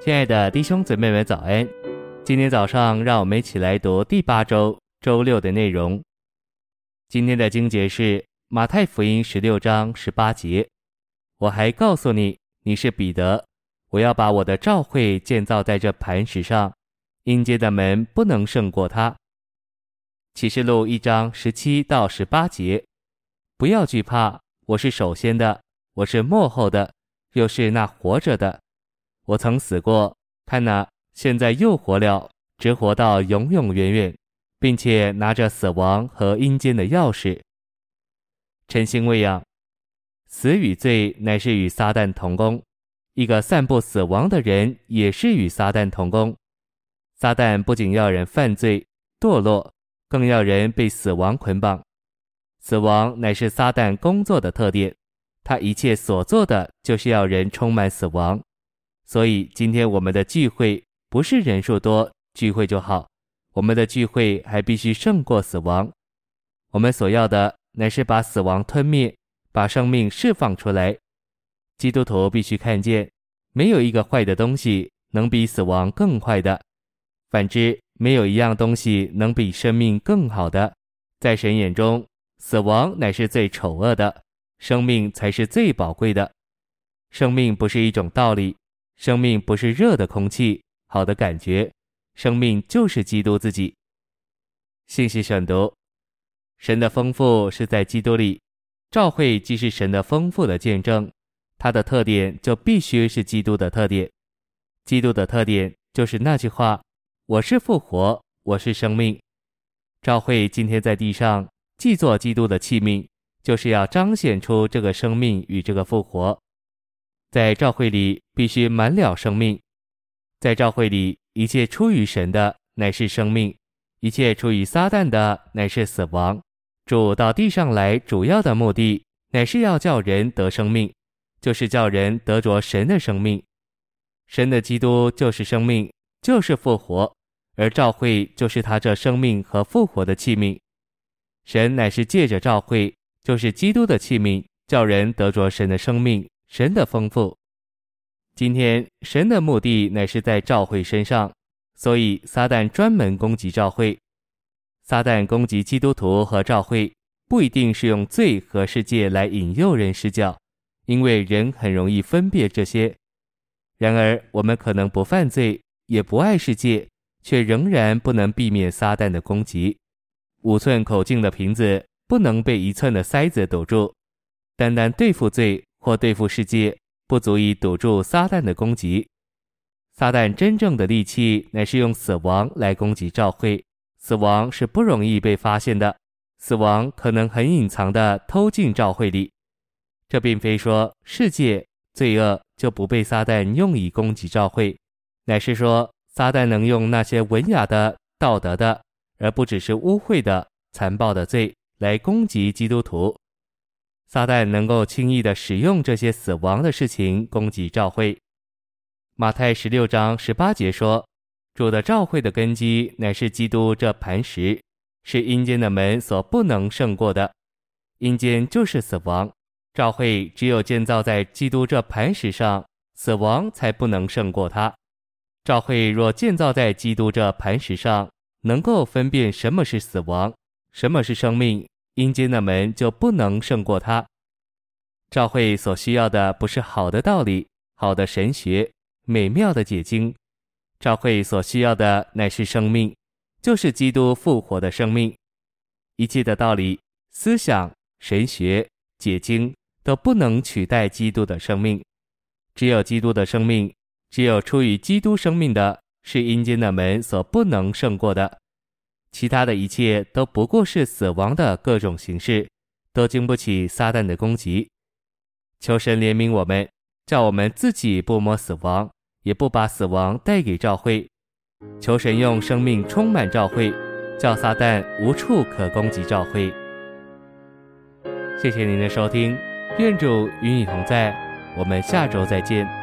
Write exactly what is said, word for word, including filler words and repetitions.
亲爱的弟兄姊妹们早安，今天早上让我们一起来读第八周周六的内容。今天的经节是马太福音十六章十八节，我还告诉你，你是彼得，我要把我的召会建造在这磐石上，阴间的门不能胜过它。启示录一章十七到十八节，不要惧怕，我是首先的，我是末后的，又是那活着的。我曾死过，看哪，现在又活了，直活到永永远远，并且拿着死亡和阴间的钥匙。晨星喂养，死与罪乃是与撒旦同工，一个散布死亡的人也是与撒旦同工。撒旦不仅要人犯罪堕落，更要人被死亡捆绑。死亡乃是撒旦工作的特点，他一切所做的就是要人充满死亡。所以今天我们的聚会不是人数多聚会就好，我们的聚会还必须胜过死亡。我们所要的乃是把死亡吞灭，把生命释放出来。基督徒必须看见，没有一个坏的东西能比死亡更坏的，反之，没有一样东西能比生命更好的。在神眼中，死亡乃是最丑恶的，生命才是最宝贵的。生命不是一种道理，生命不是热的空气，好的感觉，生命就是基督自己。信息选读，神的丰富是在基督里，召会既是神的丰富的见证，它的特点就必须是基督的特点。基督的特点就是那句话，我是复活，我是生命。召会今天在地上既做基督的器皿，就是要彰显出这个生命与这个复活。在召会里必须满了生命，在召会里一切出于神的乃是生命，一切出于撒旦的乃是死亡。主到地上来主要的目的乃是要叫人得生命，就是叫人得着神的生命。神的基督就是生命，就是复活，而召会就是他这生命和复活的器皿。神乃是借着召会，就是基督的器皿，叫人得着神的生命，神的丰富。今天神的目的乃是在召会身上，所以撒旦专门攻击召会。撒旦攻击基督徒和召会，不一定是用罪和世界来引诱人失教，因为人很容易分别这些。然而我们可能不犯罪，也不爱世界，却仍然不能避免撒旦的攻击。五寸口径的瓶子不能被一寸的塞子堵住，单单对付罪或对付世界，不足以堵住撒旦的攻击。撒旦真正的利器乃是用死亡来攻击召会，死亡是不容易被发现的，死亡可能很隐藏地偷进召会里。这并非说世界罪恶就不被撒旦用以攻击召会，乃是说撒旦能用那些文雅的道德的，而不只是污秽的残暴的罪来攻击基督徒。撒旦能够轻易地使用这些死亡的事情攻击召会。马太十六章十八节说，主的召会的根基乃是基督这磐石，是阴间的门所不能胜过的。阴间就是死亡，召会只有建造在基督这磐石上，死亡才不能胜过它。召会若建造在基督这磐石上，能够分辨什么是死亡，什么是生命，阴间的门就不能胜过它。召会所需要的不是好的道理，好的神学，美妙的解经。召会所需要的乃是生命，就是基督复活的生命。一切的道理、思想、神学、解经都不能取代基督的生命。只有基督的生命，只有出于基督生命的，是阴间的门所不能胜过的。其他的一切都不过是死亡的各种形式，都经不起撒旦的攻击。求神怜悯我们，叫我们自己不摸死亡，也不把死亡带给召会。求神用生命充满召会，叫撒旦无处可攻击召会。谢谢您的收听，愿主与你同在，我们下周再见。